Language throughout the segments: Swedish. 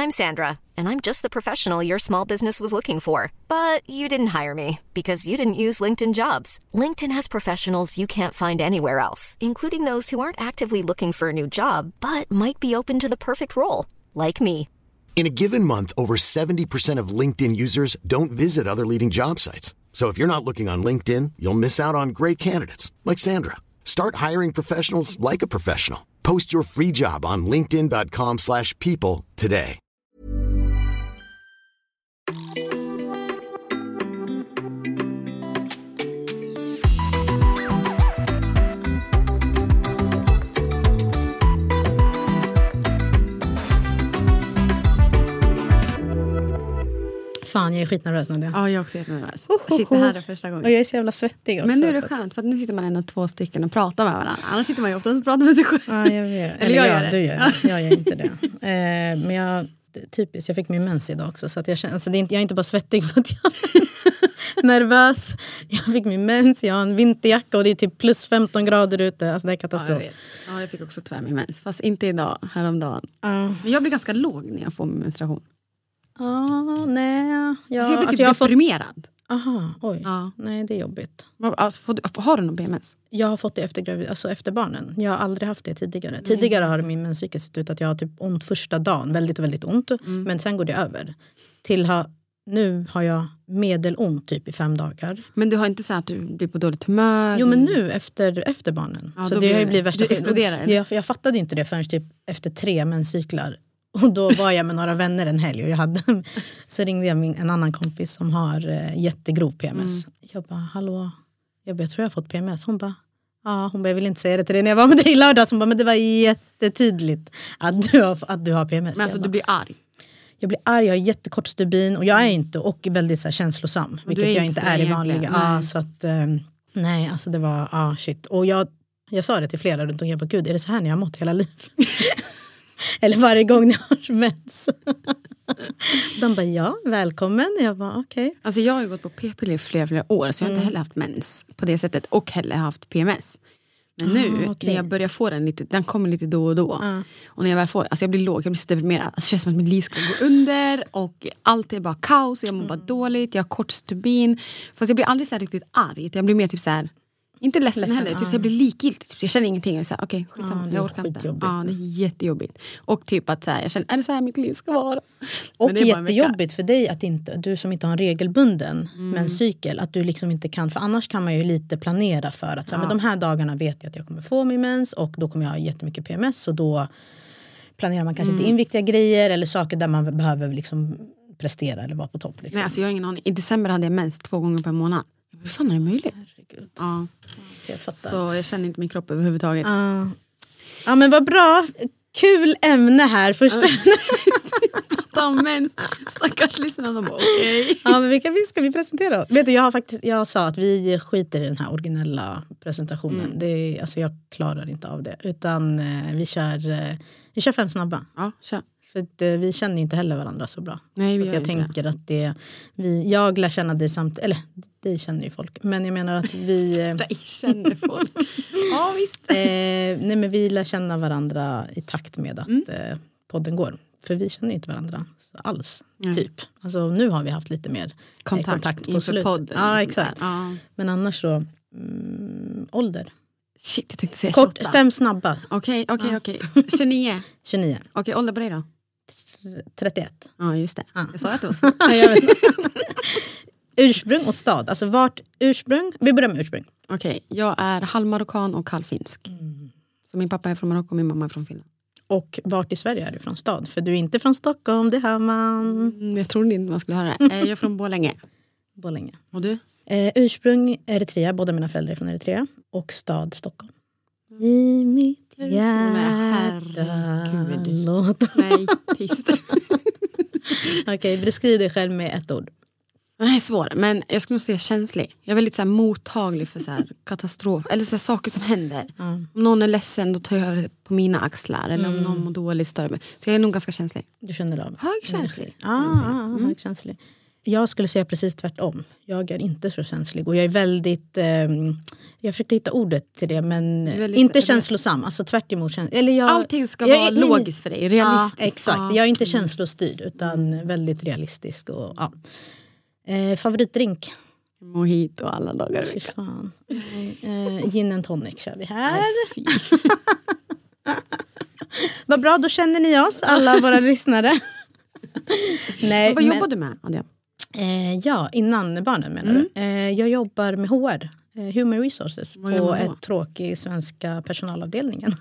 I'm Sandra, and I'm just the professional your small business was looking for. But you didn't hire me because you didn't use LinkedIn Jobs. LinkedIn has professionals you can't find anywhere else, including those who aren't actively looking for a new job, but might be open to the perfect role, like me. In a given month, over 70% of LinkedIn users don't visit other leading job sites. So if you're not looking on LinkedIn, you'll miss out on great candidates like Sandra. Start hiring professionals like a professional. Post your free job on linkedin.com/people today. Fan, jag är skitnervös nu. Ja, jag är också jättenervös. Jag sitter här det första gången. Och jag är så jävla svettig också. Men nu är det skönt, för att nu sitter man ändå 2 stycken och pratar med varandra. Annars sitter man ju ofta och pratar med sig själv. Ja, jag vet. Eller jag gör det. Du gör det. Jag gör inte det. Men jag, typiskt, jag fick min mens idag också. Så att jag känner, alltså jag är inte bara svettig för att jag är nervös. Jag fick min mens, jag har en vinterjacka och det är typ plus 15 grader ute. Alltså det är katastrof. Ja, jag fick också tyvärr min mens. Fast inte idag, häromdagen. Men jag blir ganska låg när jag får min menstruation. Nej. Jag blir typ deprimerad. Aha, oj. Ja. Nej, det är jobbigt. Alltså, har du någon PMS? Jag har fått det efter barnen. Jag har aldrig haft det tidigare. Nej. Tidigare har min menscykel sett ut att jag har typ ont första dagen. Väldigt, väldigt ont. Men sen går det över. Nu har jag medelont typ i 5 dagar. Men du har inte så att du blir på dåligt humör? Jo, men nu efter barnen. Ja, så det har ju blivit värsta. Du exploderar. Jag fattade inte det förrän typ efter 3 menscyklar. Och då var jag med några vänner en helg och så ringde jag en annan kompis som har jättegrov PMS. Jag bara, hallå, jag tror jag har fått PMS. Hon bara, jag vill inte säga det till dig när jag var med dig i lördags. Hon bara, men det var jättetydligt att du har PMS. Men alltså du blir arg? Jag blir arg, jag har jättekort stubin och jag är inte, och väldigt så här, känslosam. Vilket jag inte är i vanliga. Så att, nej, alltså det var, shit. Och jag sa det till flera runt omkring, jag bara, gud, är det så här ni har mått hela livet? Eller varje gång ni har mens. De bara, ja, välkommen. Jag bara, okej. Alltså jag har ju gått på p-piller i flera år. Så jag har inte heller haft mens på det sättet. Och heller haft PMS. Men nu, när jag börjar få den kommer lite då och då. Och när jag väl får, alltså jag blir låg, jag blir så deprimerad. Alltså det känns som att mitt liv ska gå under. Och allt är bara kaos. Jag mår bara dåligt, jag har kort stubin. Fast jag blir aldrig så här riktigt arg. Jag blir mer typ så här, inte ledsen heller, typ så jag blir likgiltig, typ, jag känner ingenting, jag säger okej, skitsamma, jag orkar inte. Ja, det är jättejobbigt. Och typ att så här, jag känner, är det så här mitt liv ska vara? Och det är jättejobbigt för dig att inte, du som inte har en regelbunden menscykel, att du liksom inte kan, för annars kan man ju lite planera för att så här, men de här dagarna vet jag att jag kommer få min mens och då kommer jag ha jättemycket PMS och då planerar man kanske inte in viktiga grejer eller saker där man behöver liksom prestera eller vara på topp. Liksom. Nej, alltså jag har ingen aning. I december hade jag mens 2 gånger per månad. Hur fan är det möjligt? Herregud. Ja. Jag fattar. Så jag känner inte min kropp överhuvudtaget. Ja, men vad bra. Kul ämne här först. Mens. Stackars lyssnarna, de bara okej. Ja, men vilka ska vi presentera? Vet du, jag sa att vi skiter i den här originella presentationen. Alltså jag klarar inte av det. Utan vi kör 5 snabba. Ja, kör. För att, vi känner ju inte heller varandra så bra. Nej, så att jag tänker att jag lär känna dig samtidigt. Eller, det känner ju folk. Men jag menar att vi... Det känner folk. Ja, visst. Nej, men vi lär känna varandra i takt med att podden går. För vi känner inte varandra alls, typ. Alltså nu har vi haft lite mer kontakt på slutet. Podden. Ja, exakt. Ja. Men annars så, ålder. Shit, jag tänkte säga kort, 28. 5 snabba. Okej. 29. 29. Okej, ålder på dig då? 31. Ja, just det. Ja. Jag sa att det var svårt. Jag vet. Ursprung och stad. Alltså vart ursprung? Vi börjar med ursprung. Okej, jag är halvmarockan och halvfinsk. Så min pappa är från Marocko och min mamma är från Finland. Och vart i Sverige är du från stad? För du är inte från Stockholm, det hör man. Jag trodde inte man skulle höra det. Jag är från Borlänge. Borlänge. Och du? Ursprung Eritrea, båda mina föräldrar är från Eritrea. Och stad Stockholm. I mitt hjärta. Låt. Nej, tyst. Okej, beskriv dig själv med ett ord. Det är svårt, men jag skulle nog säga känslig. Jag är väldigt så här, mottaglig för så här, katastrof. Eller så här, saker som händer. Om någon är ledsen, då tar jag det på mina axlar. Eller om någon mår dåligt, större. Så jag är nog ganska känslig. Du känner av? Högkänslig. Högkänslig. Jag skulle säga precis tvärtom. Jag är inte så känslig och jag är väldigt... jag försökte hitta ordet till det, men inte känslosam. Alltså tvärt emot allting ska vara logiskt för dig, realistiskt. Ja, exakt. Jag är inte känslostyrd utan väldigt realistisk. Och, ja. Favoritdrink? Mojito alla dagar i veckan. Gin and tonic kör vi här. Vad bra, då känner ni oss, alla våra lyssnare. Nej, vad jobbar du med, Adja? Ja, innan barnen menar du. Jag jobbar med HR, Human Resources, på ett tråkig svenska personalavdelningen.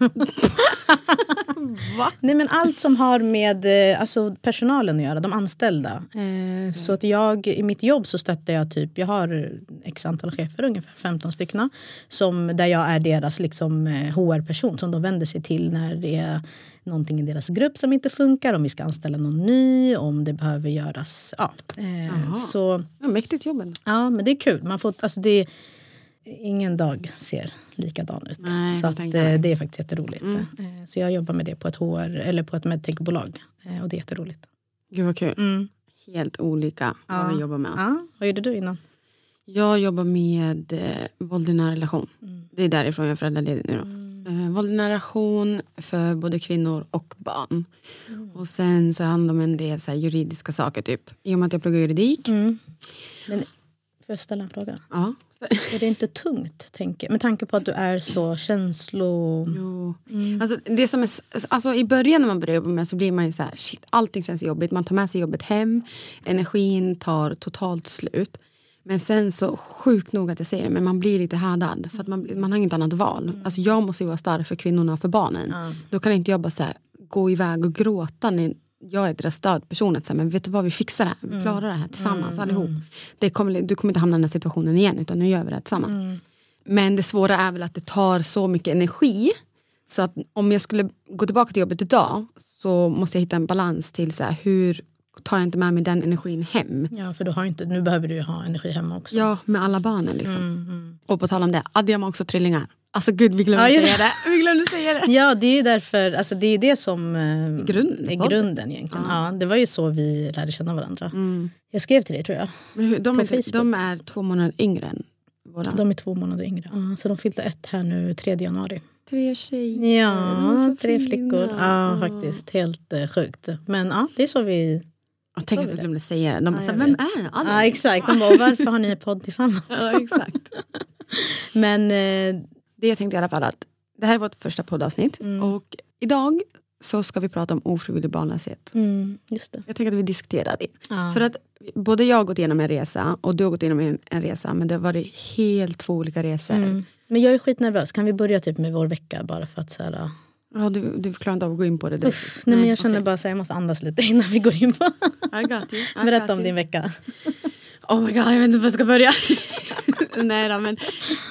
Va? Nej, men allt som har med alltså, personalen att göra, de anställda. Så att jag, i mitt jobb så stöttar jag typ, jag har x antal chefer, ungefär 15 stycken, där jag är deras liksom, HR-person som de vänder sig till när det är någonting i deras grupp som inte funkar, om vi ska anställa någon ny, om det behöver göras. Ja, så, mäktigt jobben. Ja, men det är kul. Man får, alltså det, ingen dag ser likadan ut. Nej, så att, det är faktiskt jätteroligt. Så jag jobbar med det på ett HR eller på ett medtech-bolag. Och det är jätteroligt. Gud vad kul. Helt olika vad vi jobbar med. Ja. Vad gjorde du innan? Jag jobbar med våld i nära relation. Det är därifrån jag är föräldraledig nu då. Våld i nära relation för både kvinnor och barn. Och sen så handlar det om en del så här, juridiska saker typ. I och med att jag pluggar juridik. Men får jag ställa en fråga? Ja. Är det inte tungt, med tanke på att du är så Jo. Alltså, det som är, alltså, i början när man börjar jobba med så blir man ju så här, shit, allting känns jobbigt. Man tar med sig jobbet hem. Energin tar totalt slut. Men sen så sjukt nog att jag säger det, men man blir lite härdad. För att man har inget annat val. Alltså jag måste ju vara stark för kvinnorna och för barnen. Då kan inte jag bara så här, gå iväg och gråta när jag är deras stödperson. Men vet du vad, vi fixar det här. Vi klarar det här tillsammans allihop. Du kommer inte hamna i den här situationen igen, utan nu gör vi det här tillsammans. Men det svåra är väl att det tar så mycket energi. Så att om jag skulle gå tillbaka till jobbet idag så måste jag hitta en balans till så här, hur tar jag inte med mig den energin hem. Ja, för du har inte, nu behöver du ju ha energi hemma också. Ja, med alla barnen liksom. Och på tal om det, Adja har också trillingar. Alltså gud, vi glömde säga det. Vi glömde säga det. Ja, det är ju därför, alltså det är det som är grunden egentligen. Ja, det var ju så vi lärde känna varandra. Jag skrev till dig, tror jag. Men de är 2 månader yngre än våra. De är 2 månader yngre. Ja, så de fyllde 1 här nu 3 januari. 3 tjejer. Ja, 3 flickor. Ja, faktiskt. Helt sjukt. Men ja, det är så vi... Jag tänkte att vi glömde säga det. De bara, vem är det? Ja, exakt. De bara, varför har ni en podd tillsammans? Ja, exakt. Men det jag tänkte i alla fall att det här är vårt första poddavsnitt. Och idag så ska vi prata om ofrivillig barnlöshet. Just det. Jag tänker att vi diskuterar det. Ja. För att både jag har gått igenom en resa och du har gått igenom en resa. Men det har varit helt 2 olika resor. Men jag är skitnervös. Kan vi börja typ med vår vecka bara för att så här... Ja, du klarar inte av att gå in på det direkt. Nej, men jag känner bara så jag måste andas lite innan vi går in på. I got you. Berätta om din vecka. Oh my god, jag vet inte var jag ska börja. Nej då, men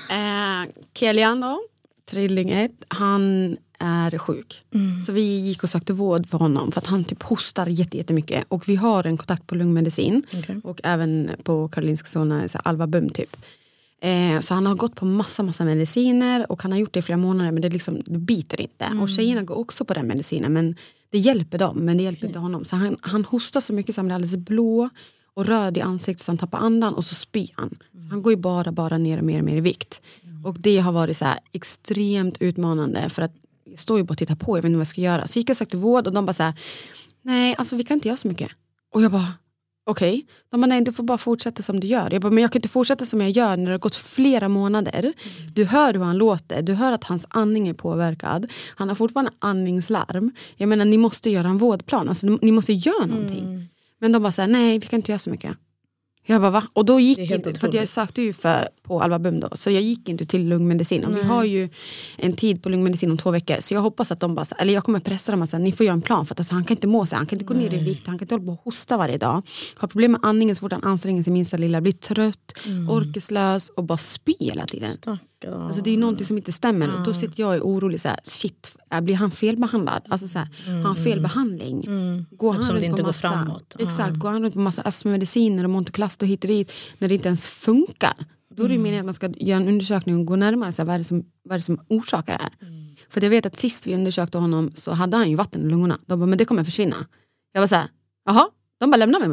Kelian då, trilling 1, han är sjuk. Så vi gick och sökte vård för honom för att han typ hostar jättemycket. Och vi har en kontakt på lungmedicin och även på Karolinska Solna, Alvabum typ. Så han har gått på massa mediciner och han har gjort det i flera månader, men det biter inte. Och tjejerna går också på den medicinen, men det hjälper dem, men det hjälper inte honom. Så han hostar så mycket så han blir alldeles blå och röd i ansiktet så han tappar andan och så spyr han. Så han går ju bara ner och mer i vikt. Och det har varit så här extremt utmanande för att jag står ju bara och tittar på, jag vet inte vad jag ska göra. Så gick jag och sökte vård och de bara så här, nej alltså vi kan inte göra så mycket. Och jag bara, okej. De bara, nej du får bara fortsätta som du gör. Jag bara, men jag kan inte fortsätta som jag gör när det har gått flera månader. Du hör hur han låter. Du hör att hans andning är påverkad. Han har fortfarande andningslarm. Jag menar, ni måste göra en vårdplan. Alltså, ni måste göra någonting. Men de bara säger, nej vi kan inte göra så mycket. Jag bara, va? Och då gick inte, för att jag sökte ju på Alvabum då. Så jag gick inte till lungmedicin. Och vi har ju en tid på lungmedicin om 2 veckor. Så jag hoppas att de bara, eller jag kommer pressa dem och säga, ni får göra en plan. För att alltså, han kan inte må sig, han kan inte gå ner i vikt. Han kan inte hålla på och hosta varje dag. Har problem med andningen så fort han anstränger sig minsta lilla. Blir trött, orkeslös och bara spy hela tiden. Alltså det är ju någonting som inte stämmer. Och då sitter jag orolig så här, shit, blir han felbehandlad? Alltså så här, har han felbehandling? Går han runt på massa, framåt. Exakt, går han runt på massa astmamediciner och Monteklast och hit och dit när det inte ens funkar? Då är det ju meningen att man ska göra en undersökning och gå närmare så här, vad är det som orsakar det här? För jag vet att sist vi undersökte honom så hade han ju vatten i lungorna. De bara, men det kommer försvinna. Jag var så här, jaha, de bara lämnar mig med det där.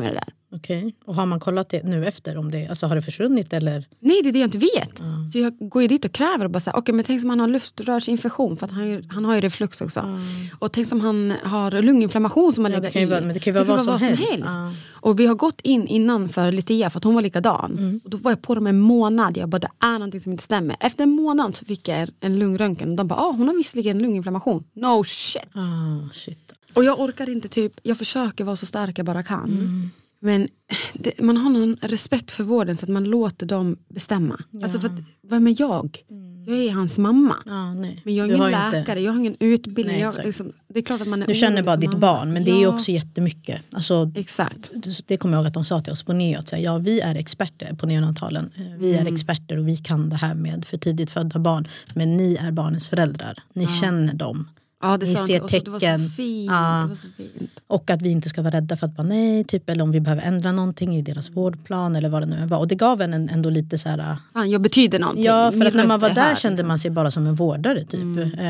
Okej. Och har man kollat det nu efter om det, alltså har det försvunnit eller? Nej, det är det jag inte vet. Så jag går ju dit och kräver och bara så här, okej, men tänk som han har luftrörsinfektion för att han har ju reflux också. Och tänk som han har lunginflammation som man lägger i. Men det kan ju vara vad som helst. Och vi har gått in innan för Litea för att hon var likadan. Och då var jag på dem en månad. Jag bara, det är någonting som inte stämmer. Efter en månad så fick jag en lungröntgen. Och de bara, hon har visserligen lunginflammation. No shit. Shit. Och jag orkar inte jag försöker vara så stark jag bara kan. Men man har någon respekt för vården så att man låter dem bestämma. Alltså för att, vem är jag? Jag är hans mamma. Nej. Men jag är ingen läkare, jag har ingen utbildning. Nej, det är klart att man är du känner bara ditt barn, men det är ju också jättemycket. Alltså, exakt. Det kommer jag ihåg att de sa till oss på neo. Att säga, vi är experter på neonatalen. Vi är experter och vi kan det här med för tidigt födda barn. Men ni är barnens föräldrar. Ni känner dem. Ja, det ni ser tecken. Det var så fint. Ja. Det var så fint. Och att vi inte ska vara rädda för att bara nej, typ, eller om vi behöver ändra någonting i deras vårdplan eller vad det nu var. Och det gav en ändå lite så här. Fan, jag betyder någonting. Ja, för att när man var där här, kände man sig bara som en vårdare typ.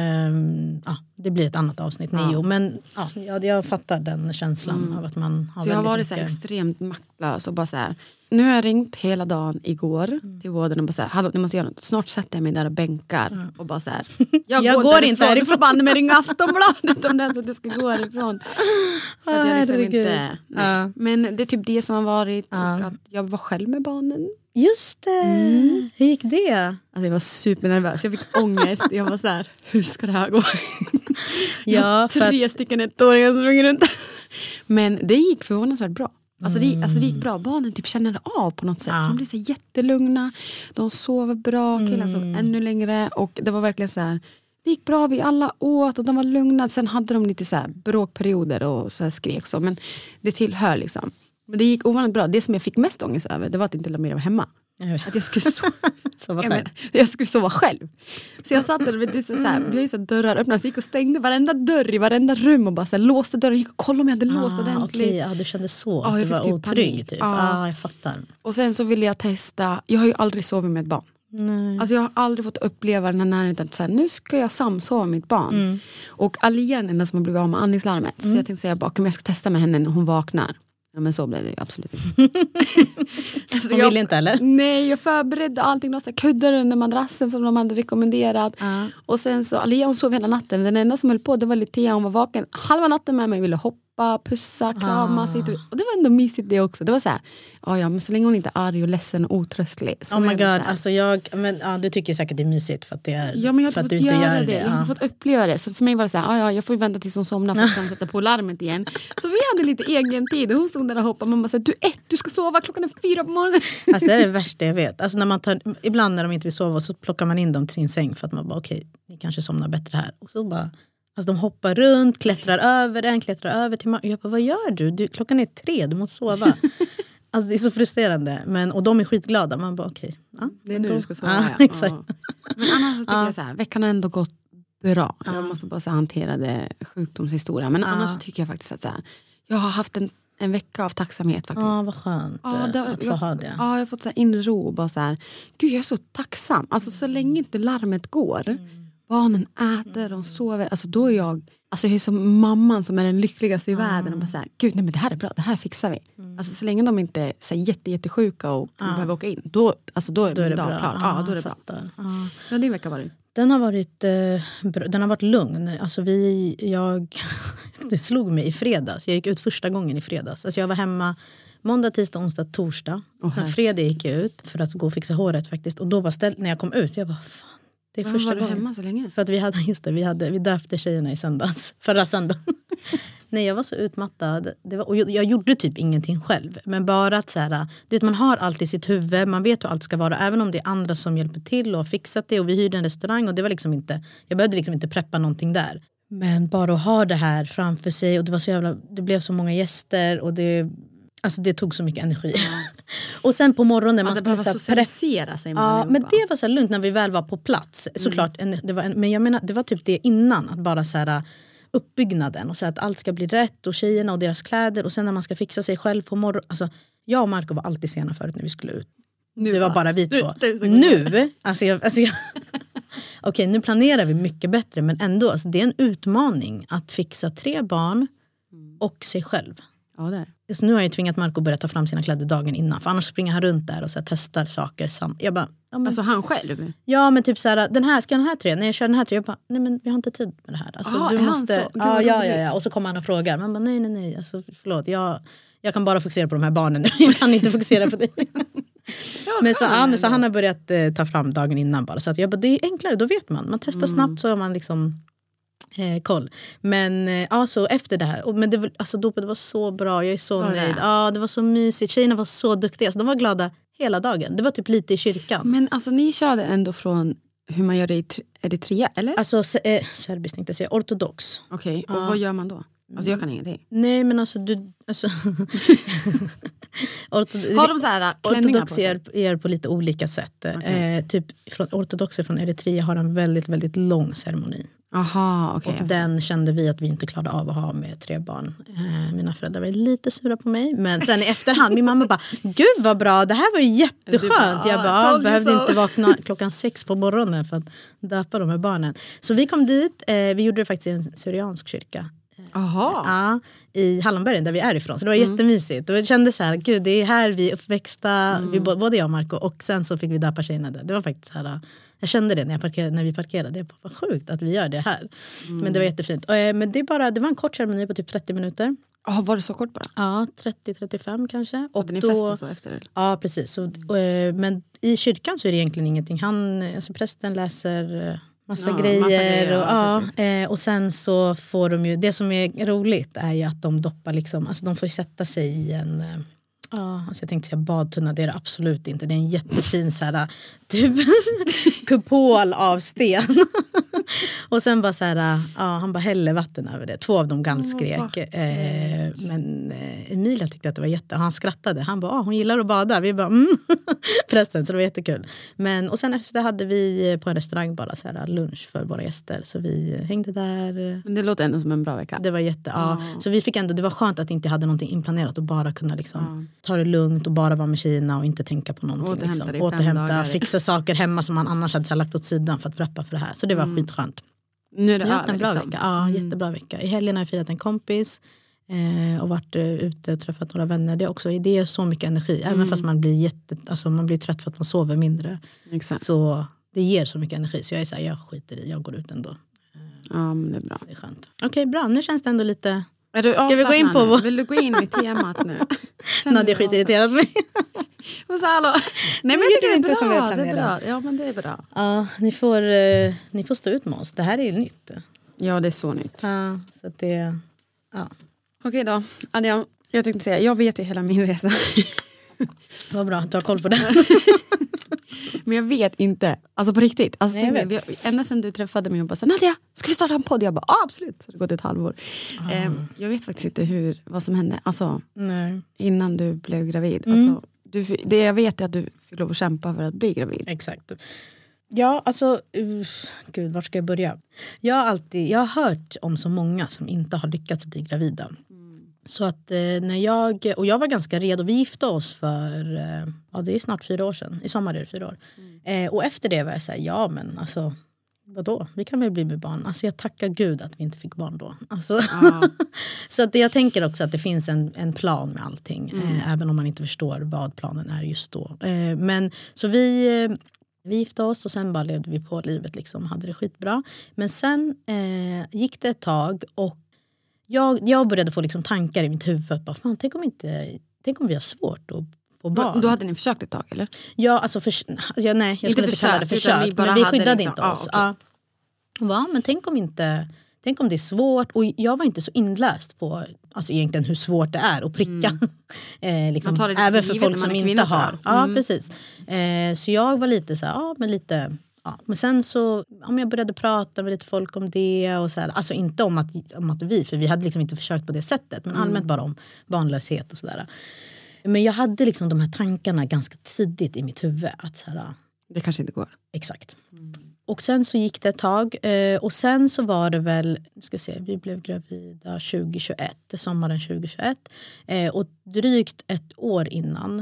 Det blir ett annat avsnitt, nio. Men jag fattar den känslan av att man har. Så jag har varit så här extremt maktlös och bara så här. Nu har jag ringt hela dagen igår till vården och bara så här, hallå, ni måste göra något. Snart sätter jag mig där och bänkar och bara så här. Jag går inte härifrån. Du får banne med ringa Aftonbladet om den så att det ska gå härifrån. För att jag liksom inte, men det är typ det som har varit och att jag var själv med barnen. Just det. Hur gick det? Alltså jag var supernervös. Jag fick ångest. Jag var så här, hur ska det här gå? Jag har 3 stycken 1-åringar som springer runt. Men det gick förvånansvärt bra. Alltså det gick bra. Barnen typ känner det av på något sätt. Så de blir så jättelugna. De sover bra. Killen sov ännu längre. Och det var verkligen så här. Det gick bra, vi alla åt och de var lugna. Sen hade de lite så här bråkperioder och så här skrek så. Men det tillhör liksom. Men det gick ovanligt bra. Det som jag fick mest ångest över, det var att inte Lamira var hemma. Att jag skulle sova själv. Jag skulle sova själv. Så jag satt där, det är så här, vi har ju så dörrar öppna, så jag gick och stängde varenda dörr i varenda rum och bara så här, låste dörren, gick och kollade om jag hade låst ordentligt. Okay, du kände så, att du var typ otrygg typ. Jag fattar. Och sen så ville jag testa, jag har ju aldrig sovit med ett barn. Nej. Alltså jag har aldrig fått uppleva den här närheten att säga, nu ska jag samsova med mitt barn. Och Alia är den enda som har blivit av med andningslarmet. Så jag tänkte säga, om jag ska testa med henne när hon vaknar. Ja, men så blev det absolut inte. Alltså hon ville inte eller? Nej, jag förberedde allting. De kuddar under madrassen som de hade rekommenderat. Och sen så, Alia hon sov hela natten. Den enda som höll på, det var Litea. Hon var vaken halva natten med mig. Ville hoppa, pussa, krama. Och det var ändå mysigt det också. Det var så här, men så länge hon inte är arg och ledsen och otröstlig. Oh my god, alltså du tycker säkert det är mysigt för att det är. Ja, men jag har inte fått göra det. Jag har inte fått uppleva det. Så för mig var det så här, jag får ju vänta tills hon somnar för att sen sätta på larmet igen. Så vi hade lite egen tid. Hon stod där och hoppade. Man bara så här, du ska sova, klockan är 4 på morgonen. Alltså det är det värsta jag vet. Alltså ibland när de inte vill sova så plockar man in dem till sin säng för att man bara okej, ni kanske somnar bättre här. Och så bara, alltså de hoppar runt, klättrar över till jag bara, vad gör du? Klockan är 3, du måste sova. Alltså det är så frustrerande. Och de är skitglada. Man bara okej. Det är nu du ska sova. Exakt. Men annars så tycker jag så här, veckan har ändå gått bra. Jag måste bara så hantera det sjukdomshistoria. Men annars tycker jag faktiskt att så här, jag har haft en vecka av tacksamhet faktiskt. Vad skönt att få ha det. Ja, jag har fått så här inre ro och bara så här, gud jag är så tacksam. Alltså så länge inte larmet går, barnen äter, de sover, alltså då är jag är som mamman som är den lyckligaste i världen och bara så här, gud nej men det här är bra, det här fixar vi. Alltså så länge de inte är så jättesjuka och behöver åka in, då är det bra. Ja, då är det bra. Ja, din vecka var det. Den har varit lugn. Alltså det slog mig i fredags. Jag gick ut första gången i fredags. Alltså jag var hemma måndag, tisdag, onsdag, torsdag. Sen fredag gick jag ut för att gå och fixa håret faktiskt. Och då var när jag kom ut, jag bara fan. Det är första gången. Var du hemma så länge? För att vi döpte tjejerna i söndags. Förra söndagen. Nej, jag var så utmattad. Och jag gjorde typ ingenting själv. Men bara att så här, man har allt i sitt huvud. Man vet hur allt ska vara. Även om det är andra som hjälper till och har fixat det. Och vi hyrde en restaurang och det var liksom inte, jag behövde liksom inte preppa någonting där. Men bara att ha det här framför sig. Och det blev så många gäster och det tog så mycket energi. Och sen på morgonen man skulle socialisera sig. Men det var så lugnt när vi väl var på plats. Såklart, men jag menar, det var typ det innan. Att bara så här, uppbyggnaden och så att allt ska bli rätt och tjejerna och deras kläder. Och sen när man ska fixa sig själv på morgonen. Alltså, jag och Marco var alltid sena förut när vi skulle ut. Det var bara vi två. Nu? Okej, nu planerar vi mycket bättre. Men ändå, det är en utmaning att fixa 3 barn och sig själv. Ja, där. Så nu har jag tvingat Marco att börja ta fram sina kläder dagen innan. För annars springer han runt där och så här, testar saker. Jag bara, ja, men, alltså han själv? Ja, men typ så här, ska den här tröjan? Nej, jag kör den här tröjan. Jag bara, nej men vi har inte tid med det här. Alltså, du måste, ja. Och så kommer han och frågar. Man bara, nej. Alltså, förlåt, jag kan bara fokusera på de här barnen nu. Jag kan inte fokusera på dig. Men så han har börjat ta fram dagen innan bara. Så att jag bara, det är enklare, då vet man. Man testar snabbt så har man liksom koll. Men så efter det här. Men det, alltså, dopet var så bra, jag är så nöjd. Ja, det var så mysigt, tjejerna var så duktiga. Så de var glada hela dagen. Det var typ lite i kyrkan. Men alltså ni körde ändå från hur man gör det i Eritrea, eller? Alltså serbiskt tänkte jag säga, ortodox. Okej, och vad gör man då? Alltså jag kan ingenting. Nej, men alltså har de så här klänningar på sig? Ortodoxer är på lite olika sätt. Typ ortodoxer från Eritrea har en väldigt, väldigt lång ceremoni. Aha, okej. Och den kände vi att vi inte klarade av att ha med 3 barn. Mina föräldrar var lite sura på mig. Men sen i efterhand, min mamma bara, gud vad bra, det här var ju jätteskönt. Jag bara, behövde inte vakna 6:00 på morgonen för att döpa de här barnen. Så vi kom dit, vi gjorde det faktiskt i en syriansk kyrka. Aha. Ja, i Hallonbergen där vi är ifrån. Så det var jättemysigt. Och det kändes så här, gud det är här vi är uppväxta, både jag och Marco. Och sen så fick vi döpa tjejerna där. Det var faktiskt så här, jag kände det när vi parkerade. Det var sjukt att vi gör det här. Men det var jättefint. Men det var en kort ceremoni på typ 30 minuter. Var det så kort bara? Ja, 30-35 kanske. Och ni festade så efter det? Ja, precis. Så, men i kyrkan så är det egentligen ingenting. Prästen läser massa grejer. Och sen så får de ju, det som är roligt är ju att de doppar liksom, alltså de får sätta sig i en, alltså jag tänkte säga badtunna, det är det absolut inte. Det är en jättefin så här typ kupol av sten. Och sen bara så här, han bara häller vatten över det. 2 av dem gallskrek. Men Emilia tyckte att det var han skrattade. Han bara, hon gillar att bada. Vi bara, Förresten, så det var jättekul. Och sen efter hade vi på en restaurang bara så här lunch för våra gäster. Så vi hängde där. Men det låter ändå som en bra vecka. Det var Så vi fick ändå, det var skönt att inte hade någonting inplanerat och bara kunna liksom ta det lugnt och bara vara med Kina och inte tänka på någonting. Återhämta, fixa saker hemma som man annars hade så lagt åt sidan för att preppa för det här. Så det var skitskönt. Nu är det över, en bra liksom. vecka. Ja, jättebra vecka. I helgen har jag firat en kompis och varit ute och träffat några vänner. Det är så mycket energi. Även fast man blir trött för att man sover mindre. Exakt. Så det ger så mycket energi. Så jag är så här, jag skiter i, jag går ut ändå. Ja, men det är bra. Det är skönt. Okej, bra. Nu känns det ändå lite... Ska vi gå in på... Vill du gå in i temat nu? Nadja är skitirriterad mig. Och så hallå. Nej, men jag tycker det är som bra. Det är bra. Ja, men det är bra. Ja, ni får stå ut med oss. Det här är ju nytt. Ja, det är så nytt. Ja, så att det... Ja. Okej då. Adrian, jag tänkte säga, jag vet ju hela min resa. Vad bra att du har koll på det. Men jag vet inte. Alltså på riktigt. Alltså, Nej, ända sedan du träffade mig och bara så, Nadja, ska vi starta en podd? Jag bara, absolut. Så det har gått ett halvår. Jag vet faktiskt inte vad som hände. Alltså, innan du blev gravid. Alltså, det jag vet är att du fick lov att kämpa för att bli gravid. Exakt. Ja, alltså, gud, var ska jag börja? Jag har hört om så många som inte har lyckats bli gravida. Så att jag var ganska redo, vi gifte oss för, det är snart 4 år sedan, i sommar är det 4 år. Och efter det var jag såhär, ja men alltså, vadå? Vi kan väl bli med barn. Alltså jag tackar Gud att vi inte fick barn då. Alltså. Så att jag tänker också att det finns en plan med allting. Även om man inte förstår vad planen är just då. Men så vi gifte oss och sen bara levde vi på livet liksom. Hade det skitbra. Men sen gick det ett tag och jag började få liksom tankar i mitt huvud. Bara, fan, tänk om vi har svårt att få barn. Då hade ni försökt ett tag, eller? Ja, alltså nej, jag skulle inte kalla det försök. Men vi skyddade liksom, inte oss. Okay. Men tänk om det är svårt. Och jag var inte så inläst på alltså egentligen hur svårt det är att pricka. Liksom, även för folk som inte har. Ja, precis. Så jag var lite så här, men sen så jag började prata med lite folk om det och så här, alltså inte om att för vi hade liksom inte försökt på det sättet, men allmänt bara om barnlöshet och sådär. Men jag hade liksom de här tankarna ganska tidigt i mitt huvud att så här, det kanske inte går. Exakt. Och sen så gick det ett tag och sen så var det väl, vi blev gravida 2021, sommaren 2021 och drygt ett år innan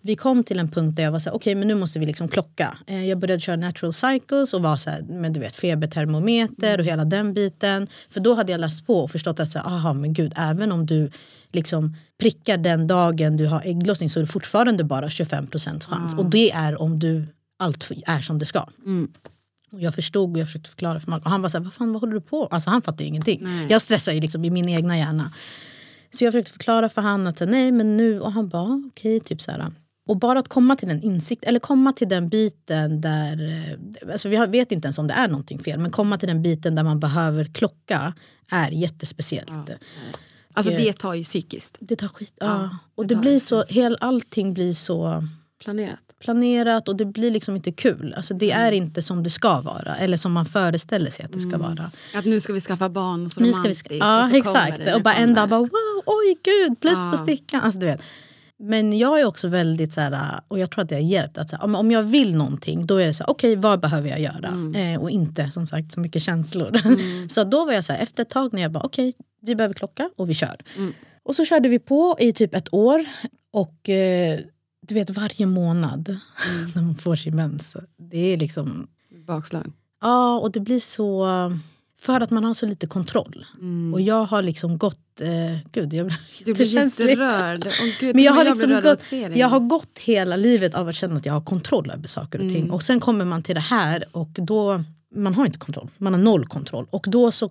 vi kom till en punkt där jag var så här, okej, men nu måste vi liksom klocka. Jag började köra natural cycles och var så här, men du vet, febertermometer och hela den biten. För då hade jag läst på och förstått att så här, aha, men gud, även om du liksom prickar den dagen du har ägglossning så är det fortfarande bara 25% chans. Och det är om du allt är som det ska. Och jag förstod och jag försökte förklara för Mark. Och han var så här, vad håller du på? Alltså han fattar ju ingenting. Nej. Jag stressar ju liksom i min egna hjärna. Så jag försökte förklara för han att nej men nu. Och han bara okej, typ så här. Och bara att komma till den insikt. Eller komma till den biten där. Alltså vi vet inte ens om det är någonting fel. Men komma till den biten där man behöver klocka. Är jättespeciellt. Ja. Alltså det tar ju psykiskt. Det tar skit. Ja. Och det blir så. Allting blir så. Planerat och det blir liksom inte kul. Alltså det är inte som det ska vara. Eller som man föreställer sig att det ska vara. Att nu ska vi skaffa barn och så romantiskt. Ja, så exakt. Och bara en dag bara, wow, oj gud, plus på stickan. Alltså du vet. Men jag är också väldigt så här, och jag tror att det har hjälpt. Att så här, om jag vill någonting, då är det så här, okej, vad behöver jag göra? Och inte, som sagt, så mycket känslor. Så då var jag så här, efter ett tag när jag bara, okej, vi behöver klocka och vi kör. Och så körde vi på i typ ett år. Och du vet, varje månad när man får sin mens. Det är liksom bakslag. Ja, och det blir så. För att man har så lite kontroll. Och jag har liksom gått. Gud, jag blir jätterörd. Men jag har liksom jag har gått hela livet av att känna att jag har kontroll över saker och ting. Och sen kommer man till det här. Och då. Man har inte kontroll. Man har noll kontroll. Och då så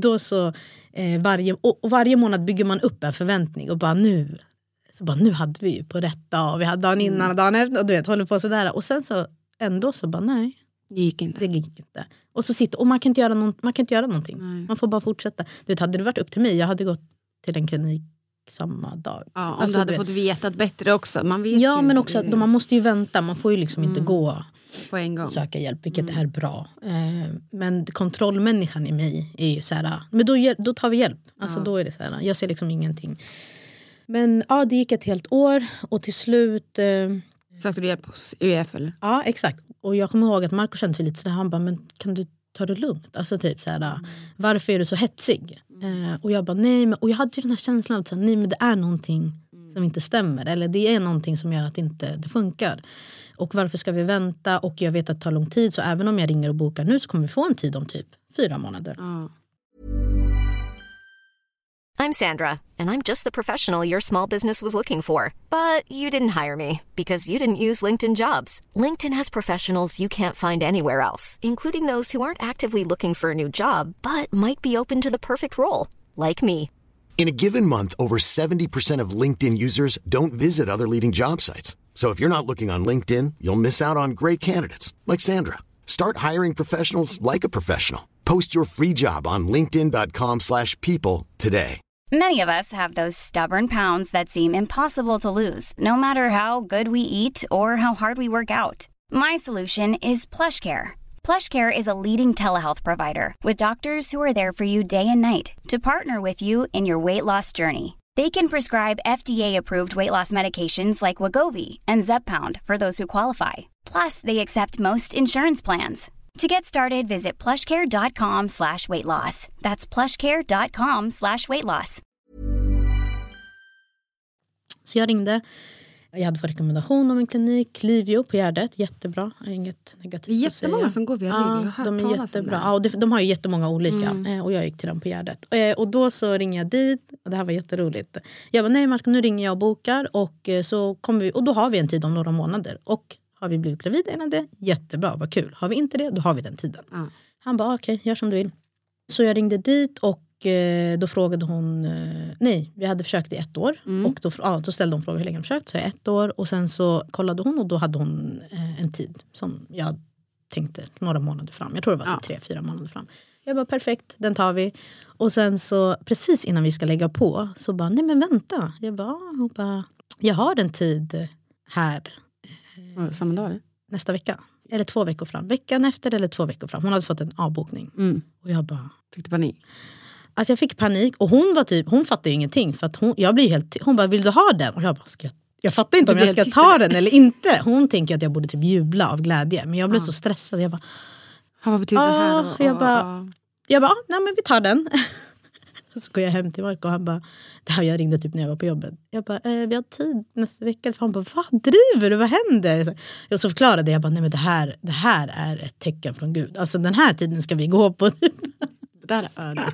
varje månad bygger man upp en förväntning. Och bara nu. Så bara, nu hade vi ju på detta och vi hade dagen innan och dagen efter och du vet, håller på sådär. Och sen så ändå så bara, nej. Det gick inte. Och så sitter, och man kan inte göra någonting. Nej. Man får bara fortsätta. Du vet, hade det varit upp till mig, jag hade gått till en klinik samma dag. Ja, om du hade fått veta bättre också. Man vet ja, ju men inte också att man måste ju vänta. Man får ju liksom inte gå på en gång. Söka hjälp, vilket är bra. Men kontrollmänniskan i mig är ju så här, men då tar vi hjälp. Alltså då är det så här, jag ser liksom ingenting. Men ja, det gick ett helt år och till slut. Sökte du hjälp hos UF eller? Ja, exakt. Och jag kommer ihåg att Marco kände sig lite sådär. Han bara, men kan du ta det lugnt? Alltså typ såhär, varför är du så hetsig? Och jag bara, nej. Men, och jag hade ju den här känslan av att nej, men det är någonting som inte stämmer. Eller det är någonting som gör att inte det funkar. Och varför ska vi vänta? Och jag vet att det tar lång tid. Så även om jag ringer och bokar nu så kommer vi få en tid om typ 4 månader. I'm Sandra, and I'm just the professional your small business was looking for. But you didn't hire me because you didn't use LinkedIn Jobs. LinkedIn has professionals you can't find anywhere else, including those who aren't actively looking for a new job, but might be open to the perfect role, like me. In a given month, over 70% of LinkedIn users don't visit other leading job sites. So if you're not looking on LinkedIn, you'll miss out on great candidates, like Sandra. Start hiring professionals like a professional. Post your free job on linkedin.com/people today. Many of us have those stubborn pounds that seem impossible to lose, no matter how good we eat or how hard we work out. My solution is PlushCare. PlushCare is a leading telehealth provider with doctors who are there for you day and night to partner with you in your weight loss journey. They can prescribe FDA-approved weight loss medications like Wegovy and Zepbound for those who qualify. Plus, they accept most insurance plans. To get started, visit plushcare.com/weightloss. That's plushcare.com/weightloss. Så jag ringde. Jag hade fått rekommendation om en klinik. Livio på Gärdet, jättebra. Inget negativt det är jättemånga som går via Livio. Ja, de är jättebra. Ja, och de har ju jättemånga olika. Och jag gick till dem på Gärdet. Och då så ringer jag dit. Och det här var jätteroligt. Jag bara, nej Marco, nu ringer jag och bokar. Och så kommer vi, och då har vi en tid om några månader. Och har vi blivit gravida innan det? Jättebra, vad kul. Har vi inte det, då har vi den tiden. Han bara, okej, gör som du vill. Så jag ringde dit och då frågade hon, nej, vi hade försökt i 1 år. Och då ställde hon frågan hur länge jag försökt. Så 1 år och sen så kollade hon och då hade hon en tid som jag tänkte några månader fram. Jag tror det var 3-4 månader fram. Jag bara, perfekt, den tar vi. Och sen så, precis innan vi ska lägga på, så bara, nej men vänta. Jag bara, jag har en tid här. Samma dag eller? Nästa vecka. Eller 2 veckor fram. Veckan efter eller 2 veckor fram. Hon hade fått en avbokning. Och jag bara... Fick du panik? Alltså jag fick panik. Och hon var typ... Hon fattade ju ingenting. För att jag blir helt... Hon bara, vill du ha den? Och jag bara, jag fattar inte om jag ska ta den eller inte. Hon tänker att jag borde typ jubla av glädje. Men jag blev så stressad. Jag bara... Vad betyder det här? Jag bara, nej men vi tar den. Så går jag hem till Marco och han bara, det här jag ringde typ när jag var på jobbet. Jag bara, vi har tid nästa vecka. Så han bara, vad driver du? Vad händer? Och så förklarade jag bara, nej men det här är ett tecken från Gud. Alltså den här tiden ska vi gå på. Det där är ödet.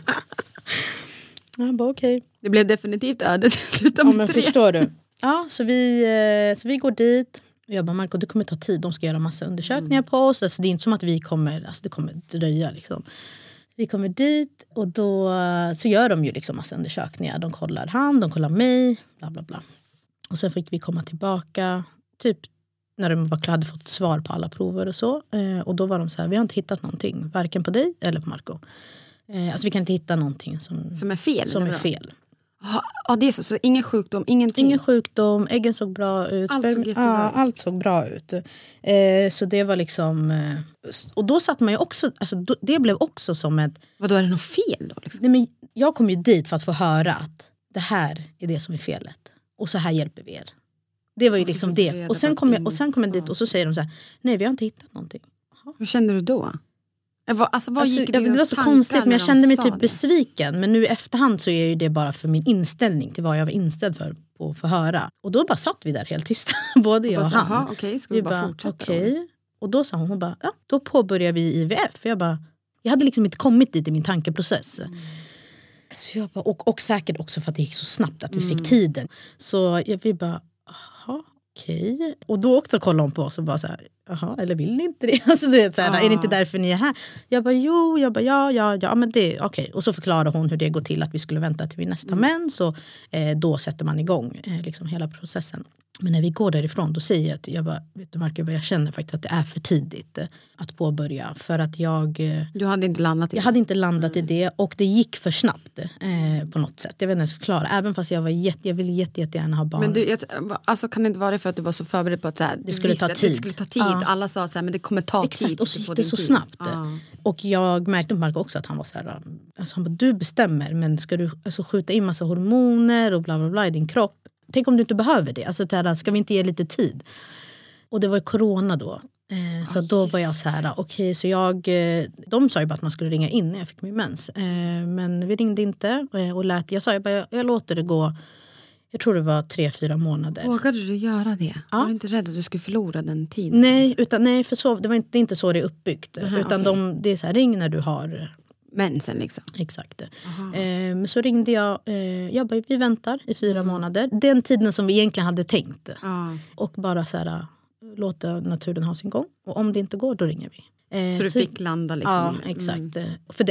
Han bara, okej. Det blev definitivt ödet. Ja, men förstår du. Ja, så vi går dit. Jag bara, Marco, det kommer ta tid. De ska göra massa undersökningar på oss. Alltså, det är inte som att vi kommer, alltså, det kommer dröja liksom. Vi kommer dit och då så gör de ju liksom massa undersökningar. De kollar han, de kollar mig, bla bla bla. Och sen fick vi komma tillbaka typ när de hade fått svar på alla prover och så. Och då var de så här, vi har inte hittat någonting, varken på dig eller på Marco. Alltså vi kan inte hitta någonting som är fel. Som är fel. Ja, det är så ingen sjukdom, ingenting. Ingen sjukdom, äggen såg bra ut. Allt såg jättebra ut. Allt såg bra ut. Så det var liksom... Och då satt man ju också... Alltså, det blev också som ett... Vadå, är det något fel då? Liksom? Nej, men jag kom ju dit för att få höra att det här är det som är felet. Och så här hjälper vi er. Det var ju liksom det. Och sen kom jag dit och så säger de så här, nej vi har inte hittat någonting. Aha. Hur kände du då? Alltså, det var så konstigt, men jag kände mig typ besviken. Men nu i efterhand så är ju det bara för min inställning till vad jag var inställd för på att få höra. Och då bara satt vi där helt tysta, både jag och han. Okej, ska vi bara fortsätta? Okej. Och då sa hon bara, ja, då påbörjar vi IVF. Jag hade liksom inte kommit dit i min tankeprocess. Så jag bara, och säkert också för att det gick så snabbt att vi fick tiden. Så vi bara, aha. Okej. Och då också kollade hon på oss och bara så här, jaha, eller vill ni inte det? Alltså du vet så här, är det inte därför ni är här? Jag bara, ja, men det, okej. Och så förklarade hon hur det går till, att vi skulle vänta till vid nästa mens och då sätter man igång liksom hela processen. Men när vi går därifrån då säger jag bara, vet du Marco, jag känner faktiskt att det är för tidigt att påbörja. För att du hade inte landat i det. Jag hade inte landat i det och det gick för snabbt på något sätt. Jag vet inte ens förklara. Även fast jag ville jättegärna ha barn. Men alltså kan det inte vara det för att du var så förberedd på att så här, det skulle ta tid. Det skulle ta tid. Alla sa så här, men det kommer ta tid. Exakt, och så gick det så snabbt. Och jag märkte på Marco också att han var så här, alltså han bara, du bestämmer, men ska du alltså skjuta in massa hormoner och bla bla bla i din kropp? Tänk om du inte behöver det. Alltså ska vi inte ge lite tid? Och det var ju corona då. Så då var jag så här, okej, så de sa ju bara att man skulle ringa in när jag fick min mens. Men vi ringde inte och jag låter det gå. Jag tror det var 3-4 månader. Vågade du göra det? Ja. Var du inte rädd att du skulle förlora den tiden? Nej, för så, det är inte så det är uppbyggt. Utan det är så här, ring när du har... mensen liksom. Exakt. Men så ringde jag bara, vi väntar i 4 månader. Den tiden som vi egentligen hade tänkt. Och bara så här, låta naturen ha sin gång. Och om det inte går, då ringer vi. Så du fick landa liksom? Ja, exakt. För det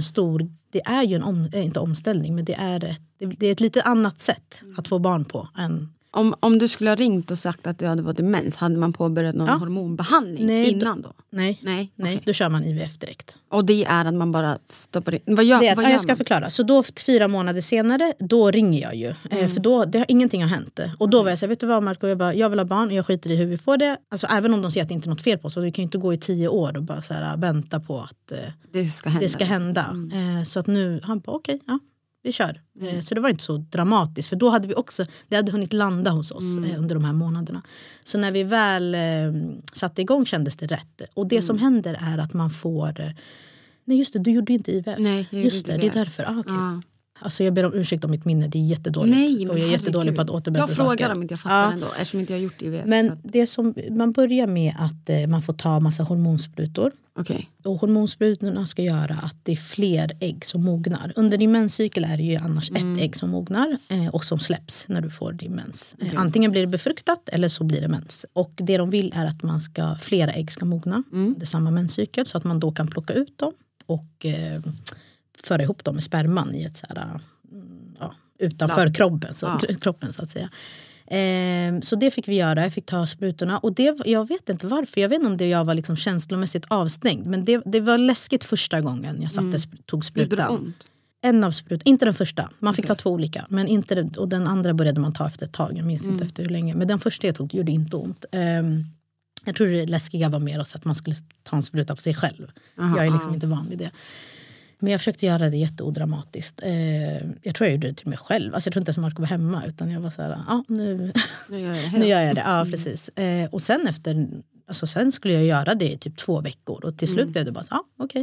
är ju inte omställning, men det är ett lite annat sätt att få barn på än... Om du skulle ha ringt och sagt att det hade varit demens, hade man påbörjat någon hormonbehandling innan då? Nej. Okay. Då kör man IVF direkt. Och det är att man bara stoppar in. Jag ska förklara. Så då 4 månader senare, då ringer jag ju. För då, ingenting har hänt. Och då var jag så här, vet du vad Marco, jag vill ha barn och jag skiter i hur vi får det. Alltså även om de säger att det inte är något fel på oss. Så vi kan ju inte gå i 10 år och bara så här, vänta på att det ska hända. Så att nu, han bara okej, ja. Vi kör. Så det var inte så dramatiskt. För då hade vi också, det hade hunnit landa hos oss under de här månaderna. Så när vi väl satte igång kändes det rätt. Och det som händer är att man får... Nej just det, du gjorde inte IVF. Nej, just det, det är därför. Okay. Alltså jag ber om ursäkt om mitt minne, det är jättedåligt. Nej, och jag är jättedålig på att återberätta saker. Jag frågar om inte jag fattar ändå, eftersom inte jag har gjort IVF. Men det som, man börjar med att man får ta massa hormonsprutor. Okay. Och hormonsprutorna ska göra att det är fler ägg som mognar. Under din menscykel är det ju annars ett ägg som mognar och som släpps när du får din mens. Okay. Antingen blir det befruktat eller så blir det mens. Och det de vill är att flera ägg ska mogna under samma menscykel så att man då kan plocka ut dem och föra ihop dem med sperman i ett så här, utanför kroppen så att säga. Så det fick vi göra, jag fick ta sprutorna och jag vet inte varför, jag vet inte om det jag var liksom känslomässigt avstängd, men det var läskigt första gången jag tog sprutan. En av sprutorna, inte den första, man fick ta 2 olika, men inte, och den andra började man ta efter ett tag, jag minns inte efter hur länge, men den första jag tog gjorde inte ont. Jag tror det läskiga var mer också att man skulle ta en spruta på sig själv. Jag är liksom inte van vid det. Men jag försökte göra det jätteodramatiskt. Jag tror jag gjorde det till mig själv. Alltså jag tror inte att Marco var hemma. Utan jag var så här, nu gör jag det. Ja, precis. Och sen sen skulle jag göra det i typ 2 veckor. Och till slut blev det bara, okej.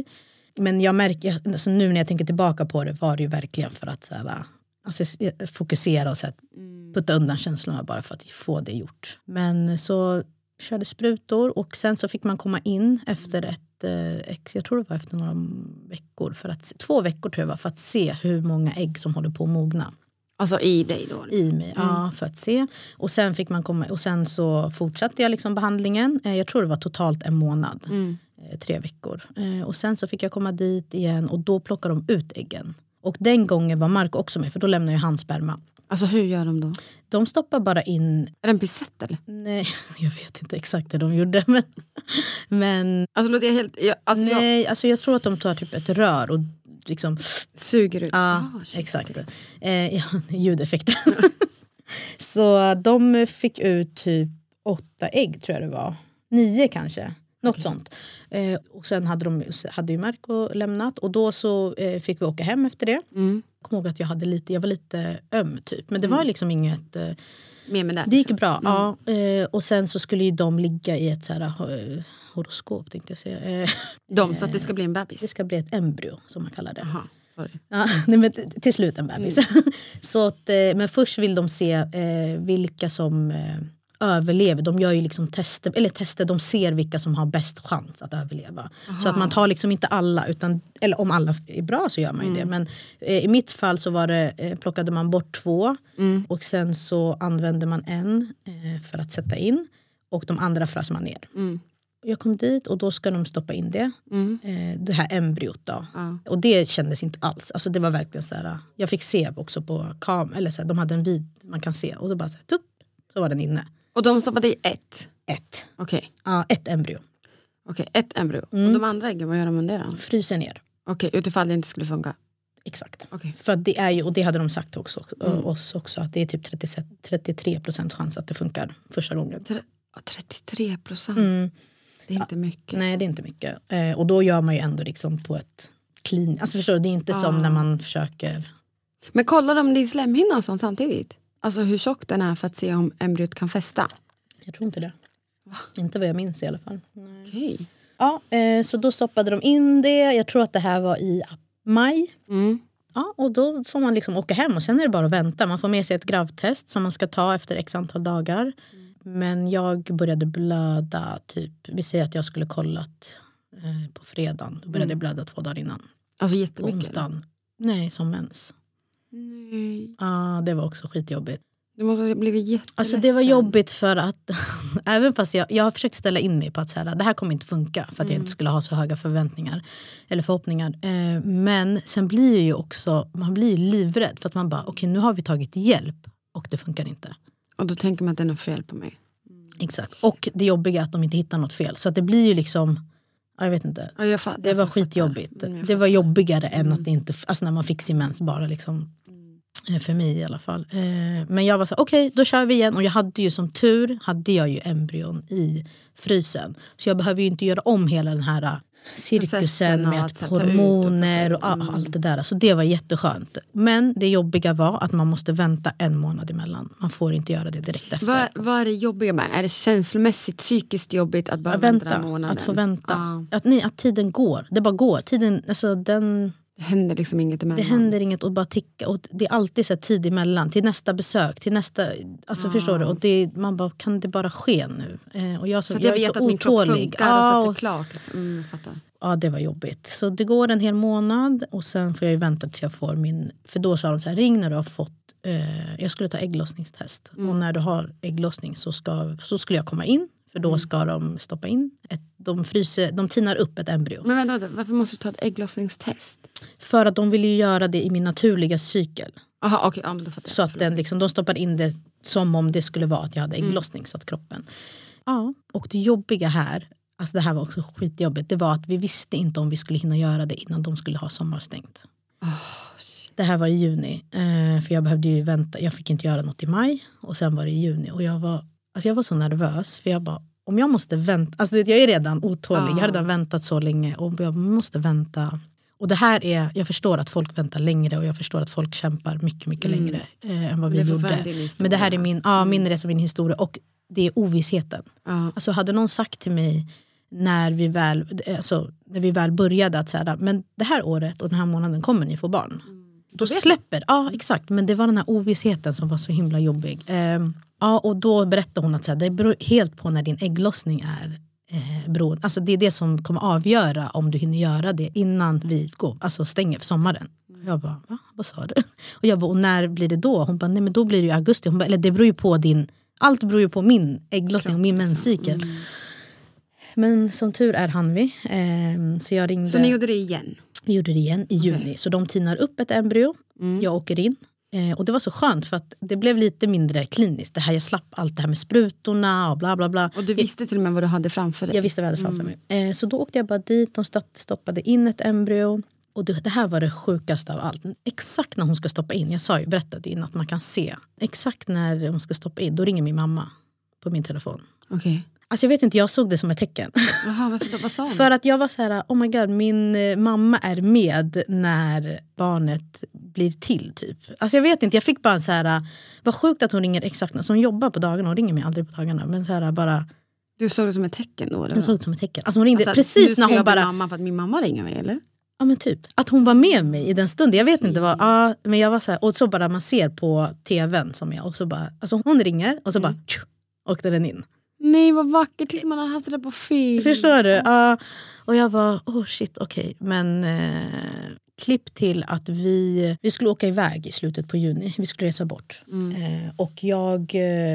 Men jag märker, alltså nu när jag tänker tillbaka på det var det ju verkligen för att så här, alltså, fokusera och så här, putta undan känslorna bara för att få det gjort. Men så körde sprutor och sen så fick man komma in efter jag tror det var efter några veckor, 2 veckor tror jag var, för att se hur många ägg som håller på att mogna. Alltså i dig då? Liksom. I mig, ja, för att se. Och sen fick man komma, och sen så fortsatte jag liksom behandlingen. Jag tror det var totalt 1 månad. 3 veckor. Och sen så fick jag komma dit igen och då plockade de ut äggen. Och den gången var Marco också med, för då lämnade ju han sperma. Alltså hur gör de då? De stoppar bara in... Är det en pincett eller? Nej, jag vet inte exakt hur de gjorde. Men alltså låter jag helt... nej, alltså jag tror att de tar typ ett rör och liksom... suger ut. Ja, exakt. Ljudeffekten. Så de fick ut typ 8 ägg tror jag det var. 9 kanske. Något sånt. Och sen hade ju Marco lämnat. Och då så fick vi åka hem efter det. Jag kommer ihåg att jag var lite öm typ. Men det var liksom inget... Mer med det. Det gick bra, ja. Och sen så skulle ju de ligga i ett så här horoskop, tänkte jag säga. Så att det ska bli en bebis? Det ska bli ett embryo, som man kallar det. Aha, sorry. Ja, nej, men till slut en bebis. Så att, men först vill de se vilka som överlever. De gör ju liksom tester, de ser vilka som har bäst chans att överleva. Aha. Så att man tar liksom inte alla, eller om alla är bra så gör man ju det. Men i mitt fall så var det, plockade man bort 2 och sen så använde man en för att sätta in och de andra frös man ner. Jag kom dit och då ska de stoppa in det. Det här embryot då. Och det kändes inte alls. Alltså det var verkligen så här. Jag fick se också på eller så här, de hade en vid man kan se. Och så bara så här, tupp, så var den inne. Och de stoppade i ett? Ett. Okej. Ja, ett embryo. Okej, ett embryo. Och de andra äggen, vad gör de med det då? Fryser ner. Okej, utifall det inte skulle funka. Exakt. Okay. För det är ju, och det hade de sagt också, oss också, att det är typ 33% chans att det funkar första gången. 33%? Det är inte mycket. Nej, det är inte mycket. Och då gör man ju ändå liksom på ett clean. Alltså förstår du, det är inte som när man försöker. Men kollar de din slemhinna och sånt samtidigt? Alltså hur tjock den är för att se om embryot kan fästa? Jag tror inte det. Inte vad jag minns i alla fall. Okej. Ja, så då stoppade de in det. Jag tror att det här var i maj. Ja, och då får man liksom åka hem och sen är det bara att vänta. Man får med sig ett gravtest som man ska ta efter x antal dagar. Men jag började blöda typ, vi säger att jag skulle kollat på fredagen. Då började jag blöda 2 dagar innan. Alltså jättemycket? Onsdagen. Nej, som mens. Nej. Ja, det var också skitjobbigt. Det måste ha blivit jätteledsen. Alltså det var jobbigt för att även fast jag har försökt ställa in mig på att så här, det här kommer inte funka för att jag inte skulle ha så höga förväntningar eller förhoppningar. Men sen blir ju också, man blir livrädd för att man bara okej, nu har vi tagit hjälp och det funkar inte. Och då tänker man att det är något fel på mig. Exakt. Och det jobbiga är att de inte hittar något fel. Så att det blir ju liksom, jag vet inte. Det var skitjobbigt. Det var jobbigare än att det inte, alltså när man fick sin mens bara liksom. För mig i alla fall. Men jag var så okej, då kör vi igen. Och jag hade ju som tur, hade jag ju embryon i frysen. Så jag behöver ju inte göra om hela den här cirkusen med att hormoner och allt det där. Så det var jätteskönt. Men det jobbiga var att man måste vänta 1 månad emellan. Man får inte göra det direkt efter. Vad är det jobbiga med? Är det känslomässigt, psykiskt jobbigt att bara vänta en månad? Att få vänta. Att tiden går. Det bara går. Tiden, alltså den... Det händer liksom inget emellan. Det händer inget och bara ticka. Och det är alltid så tid emellan. Till nästa besök. Till nästa... Alltså förstår du? Och man bara, kan det bara ske nu? Och jag så jag vet att min kropp funkar och så att det är klart. Liksom. Jag fattar. Ja, det var jobbigt. Så det går en hel månad. Och sen får jag ju vänta tills jag får min... För då sa de så här, ring när du har fått... jag skulle ta ägglossningstest. Och när du har ägglossning så skulle jag komma in. För då ska de stoppa in. De tinar upp ett embryo. Men vänta, varför måste du ta ett ägglossningstest? För att de vill ju göra det i min naturliga cykel. Aha, okej. Ja, men då fattar jag. Så att den liksom, de stoppar in det som om det skulle vara att jag hade ägglossning. Så att kroppen... Ja, och det jobbiga här, alltså det här var också skitjobbigt. Det var att vi visste inte om vi skulle hinna göra det innan de skulle ha sommarstängt. Det här var i juni. För jag behövde ju vänta. Jag fick inte göra något i maj. Och sen var det i juni. Och jag var så nervös. För jag bara, om jag måste vänta. Alltså jag är redan otålig. Jag har redan väntat så länge. Och jag måste vänta. Och det här är, jag förstår att folk väntar längre. Och jag förstår att folk kämpar mycket, mycket längre än vad vi gjorde. Men det här är min resa, min historia. Och det är ovissheten. Alltså hade någon sagt till mig när vi väl började att säga, men det här året och den här månaden kommer ni få barn. Då släpper, ja exakt, men det var den här ovissheten som var så himla jobbig. Ja, och då berättade hon att så här, det beror helt på när din ägglossning är beroende. Alltså det är det som kommer avgöra om du hinner göra det innan vi går, alltså stänger för sommaren. Jag bara, va? Vad sa du? Och jag bara, och när blir det då? Hon bara, nej men då blir det ju augusti. Hon bara, eller det beror ju på allt beror ju på min ägglossning och min menscykel. Men som tur är hann vi. Så jag ringde. Så ni gjorde det igen? Vi gjorde det igen i juni. Så de tinar upp ett embryo. Jag åker in. Och det var så skönt för att det blev lite mindre kliniskt. Det här, jag slapp allt det här med sprutorna och bla bla bla. Och du visste till och med vad du hade framför dig? Jag visste vad jag hade framför mig. Så då åkte jag bara dit. De stoppade in ett embryo. Och det här var det sjukaste av allt. Exakt när hon ska stoppa in. Jag berättade innan att man kan se. Exakt när hon ska stoppa in. Då ringer min mamma på min telefon. Okej. Alltså jag vet inte, jag såg det som ett tecken. Jaha, varför då? Vad sa hon? För att jag var så här, oh my god, min mamma är med när barnet blir till typ. Alltså jag vet inte, jag fick bara så här, vad sjukt att hon ringer exakt när. Så hon jobbar på dagarna, hon ringer mig aldrig på dagarna. Men så här bara. Du såg det som ett tecken då? Eller? Jag såg det som ett tecken. Alltså hon ringde precis när hon bara. Mamma för att min mamma ringer mig, eller? Ja men typ, att hon var med mig i den stunden. Jag vet inte vad, men jag var så här, och så bara man ser på tvn som jag. Och så bara, alltså hon ringer och så bara, åkte den in. Nej, vad vackert, tills man hade haft det där på film. Förstår du? Ja. Och jag var, shit, okej. Men klipp till att vi skulle åka iväg i slutet på juni. Vi skulle resa bort. Och jag,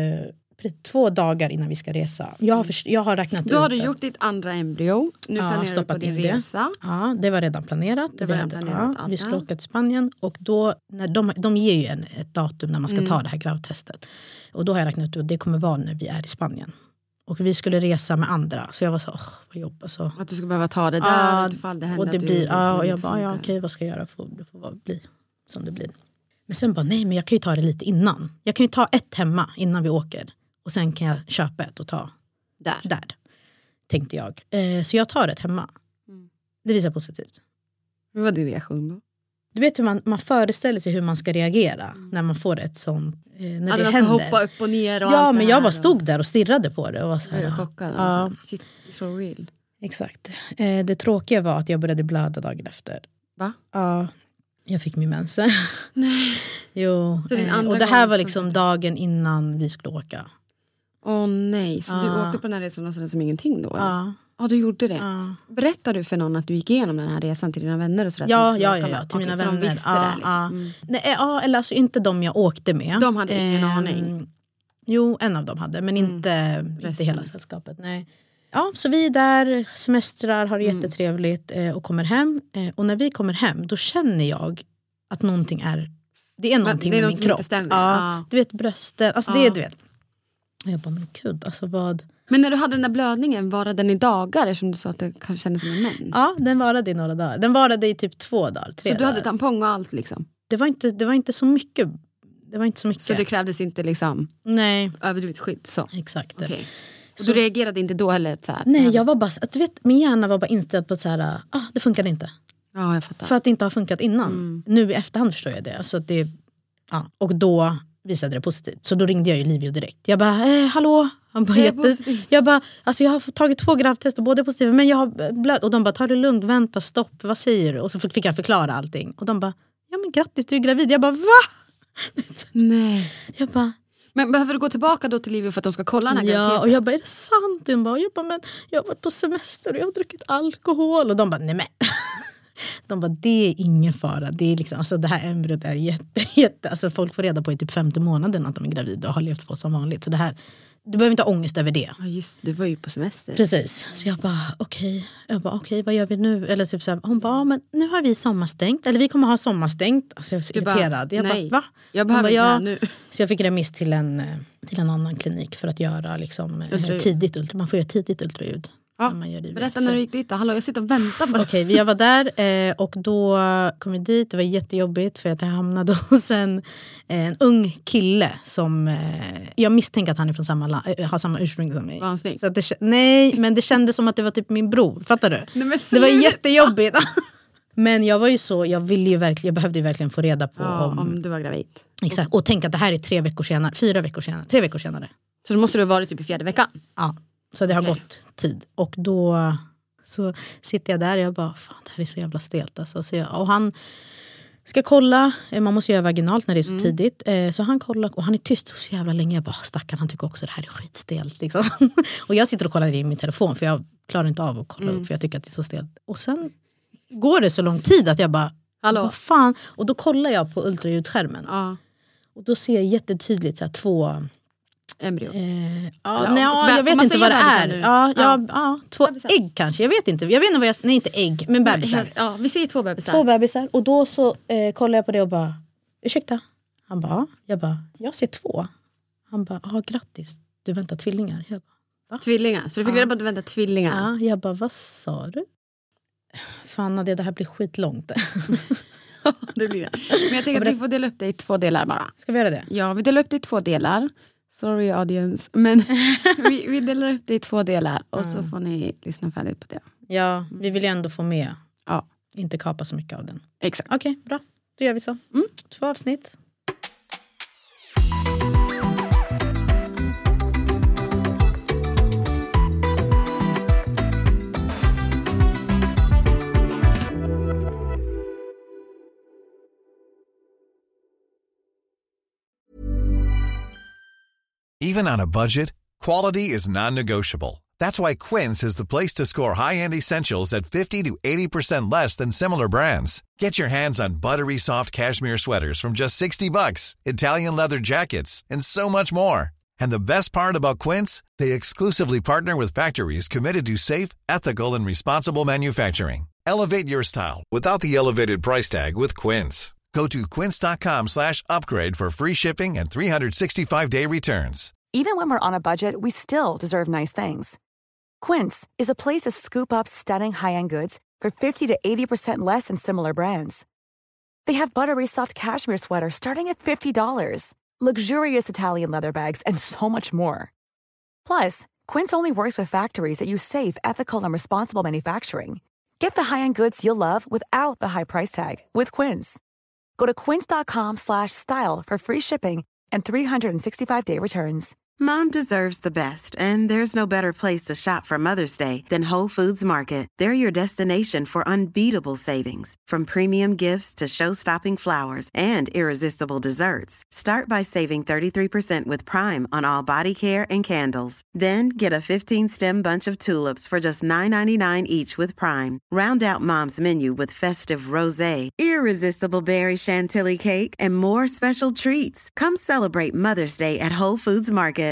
2 dagar innan vi ska resa. Jag har räknat ut. Då har du gjort ditt andra embryo. Nu planerar du på din resa. Ja, det var redan planerat. Vi skulle åka till Spanien. Och då, när de ger ju ett datum när man ska ta det här gravtestet. Och då har jag räknat ut att det kommer vara när vi är i Spanien. Och vi skulle resa med andra. Så jag var så, vad jobb. Alltså. Att du skulle behöva ta det där utifall det händer. Och det blir, och jag bara, okej, vad ska jag göra? Det får bli som det blir. Men sen bara, nej, men jag kan ju ta det lite innan. Jag kan ju ta ett hemma innan vi åker. Och sen kan jag köpa ett och ta där. Tänkte jag. Så jag tar ett hemma. Det visar positivt. Vad var din reaktion då? Du vet hur man föreställer sig hur man ska reagera när man får ett sånt, när det man händer. Ska hoppa upp och ner och ja, allt men det jag här bara stod där och stirrade på det. Och var så här, jag är chockad. Ja. Alltså. Shit, it's so real. Exakt. Det tråkiga var att jag började blöda dagen efter. Va? Ja, jag fick min mens. Nej. Jo. Och det här var liksom dagen innan vi skulle åka. Åh nej, så du åkte på den här resan som ingenting då? Ja. Ja, du gjorde det. Berättade du för någon att du gick igenom den här resan till dina vänner och sådär? Ja, till mina vänner. De visste det liksom. Nej, eller alltså inte de jag åkte med. De hade ingen aning. Jo, en av dem hade, men inte hela sällskapet. Nej. Ja, så vi är där, semestrar, har det jättetrevligt och kommer hem. Och när vi kommer hem, då känner jag att någonting det är någonting med min kropp. Ja, du vet brösten, alltså det är du vet. Och jag bara, men gud, alltså vad. Men när du hade den där blödningen, var den i dagar som du sa att det kanske kändes som en mens? Ja, den varade i några dagar. Den varade i typ 2 dagar, 3 dagar. Så du hade tampong och allt liksom? Det var inte så mycket. Så det krävdes inte liksom överdrivet skydd? Så. Exakt. Okay. Och du reagerade inte då heller? Så här, nej, jag var bara, du vet, min hjärna var bara inställd på att så här, det funkade inte. Ja, jag fattar. För att det inte har funkat innan. Nu i efterhand förstår jag det. Alltså det och då visade det positivt. Så då ringde jag ju Livio direkt. Jag bara, hallå? Han bara, jag bara, alltså jag har tagit 2 gravtester, båda positiva, men jag har blöd. Och de bara, ta det lugnt, vänta, stopp, vad säger du? Och så fick jag förklara allting. Och de bara, ja men grattis, du är gravid. Jag bara, va? Nej. Jag bara, men behöver du gå tillbaka då till Livio för att de ska kolla den här graviditeten? Ja, och jag bara, är det sant? Jag bara, men jag har varit på semester och jag har druckit alkohol. Och de bara, nej men. De bara, det är ingen fara. Det är liksom, alltså det här embryot är jätte, alltså folk får reda på i typ 5:e månaden att de är gravida och har levt på som vanligt. Så det här, du behöver inte ha ångest över det. Ja just, du var ju på semester. Precis, så jag bara, okej, vad gör vi nu? Eller typ så här, hon bara, men nu har vi sommarstängt. Eller vi kommer ha sommarstängt. Alltså jag var så irriterad. Jag nej, bara, va? Jag behöver det här nu. Så jag fick remiss till en annan klinik för att göra liksom, tidigt ultraljud. Man får göra tidigt ultraljud. Ja, berätta när du gick dit då. Hallå, jag sitter och väntar på det. Okej, jag var där och då kom jag dit. Det var jättejobbigt för att jag hamnade hos en ung kille som jag misstänker att han är från har samma ursprung som mig. Var han snygg? Så att nej, men det kändes som att det var typ min bror. Fattar du? Nej, det var jättejobbigt. Men jag var ju så, jag behövde ju verkligen få reda på om du var gravid. Exakt, och tänk att det här är 3 veckor senare, 4 veckor senare, 3 veckor senare. Så då måste du ha varit typ i 4:e veckan? Ja. Så det har gått tid. Och då så sitter jag där och jag bara, fan det här är så jävla stelt. Alltså. Och han ska kolla, man måste göra vaginalt när det är så tidigt. Så han kollar, och han är tyst så jävla länge. Jag bara, stackarn, han tycker också det här är skitstelt. Liksom. Och jag sitter och kollar i min telefon för jag klarar inte av att kolla upp för jag tycker att det är så stelt. Och sen går det så lång tid att jag bara, vad fan? Och då kollar jag på ultraljudsskärmen. Ja. Och då ser jag jättetydligt så här, 2 embryo. Jag vet inte vad det är. 2 ägg kanske. Jag vet inte vad jag... Nej, inte ägg, men bebisar. Ja, vi ser 2 bebisar. 2 bebisar. Och då så kollar jag på det och bara, ursäkta. Han bara, jag ser 2. Han bara, grattis. Du väntar tvillingar. Jag bara, va? Tvillingar? Så du fick reda på att du väntar tvillingar? Ja, jag bara, vad sa du? Fan, det här blir skitlångt. Det blir det. Men jag tänker att vi får dela upp det i 2 delar bara. Ska vi göra det? Ja, vi delar upp det i 2 delar. Sorry audience. Men vi delar upp det i 2 delar. Och så får ni lyssna färdigt på det. Ja, vi vill ju ändå få med. Ja. Inte kapa så mycket av den. Exakt. Okej, bra. Då gör vi så. 2 avsnitt. Even on a budget, quality is non-negotiable. That's why Quince is the place to score high-end essentials at 50 to 80% less than similar brands. Get your hands on buttery soft cashmere sweaters from just $60, Italian leather jackets, and so much more. And the best part about Quince, they exclusively partner with factories committed to safe, ethical, and responsible manufacturing. Elevate your style without the elevated price tag with Quince. Go to quince.com/upgrade for free shipping and 365-day returns. Even when we're on a budget, we still deserve nice things. Quince is a place to scoop up stunning high-end goods for 50 to 80% less than similar brands. They have buttery soft cashmere sweaters starting at $50, luxurious Italian leather bags, and so much more. Plus, Quince only works with factories that use safe, ethical, and responsible manufacturing. Get the high-end goods you'll love without the high price tag with Quince. Go to quince.com/style for free shipping and 365-day returns. Mom deserves the best, and there's no better place to shop for Mother's Day than Whole Foods Market. They're your destination for unbeatable savings, from premium gifts to show-stopping flowers and irresistible desserts. Start by saving 33% with Prime on all body care and candles. Then get a 15-stem bunch of tulips for just $9.99 each with Prime. Round out Mom's menu with festive rosé, irresistible berry chantilly cake, and more special treats. Come celebrate Mother's Day at Whole Foods Market.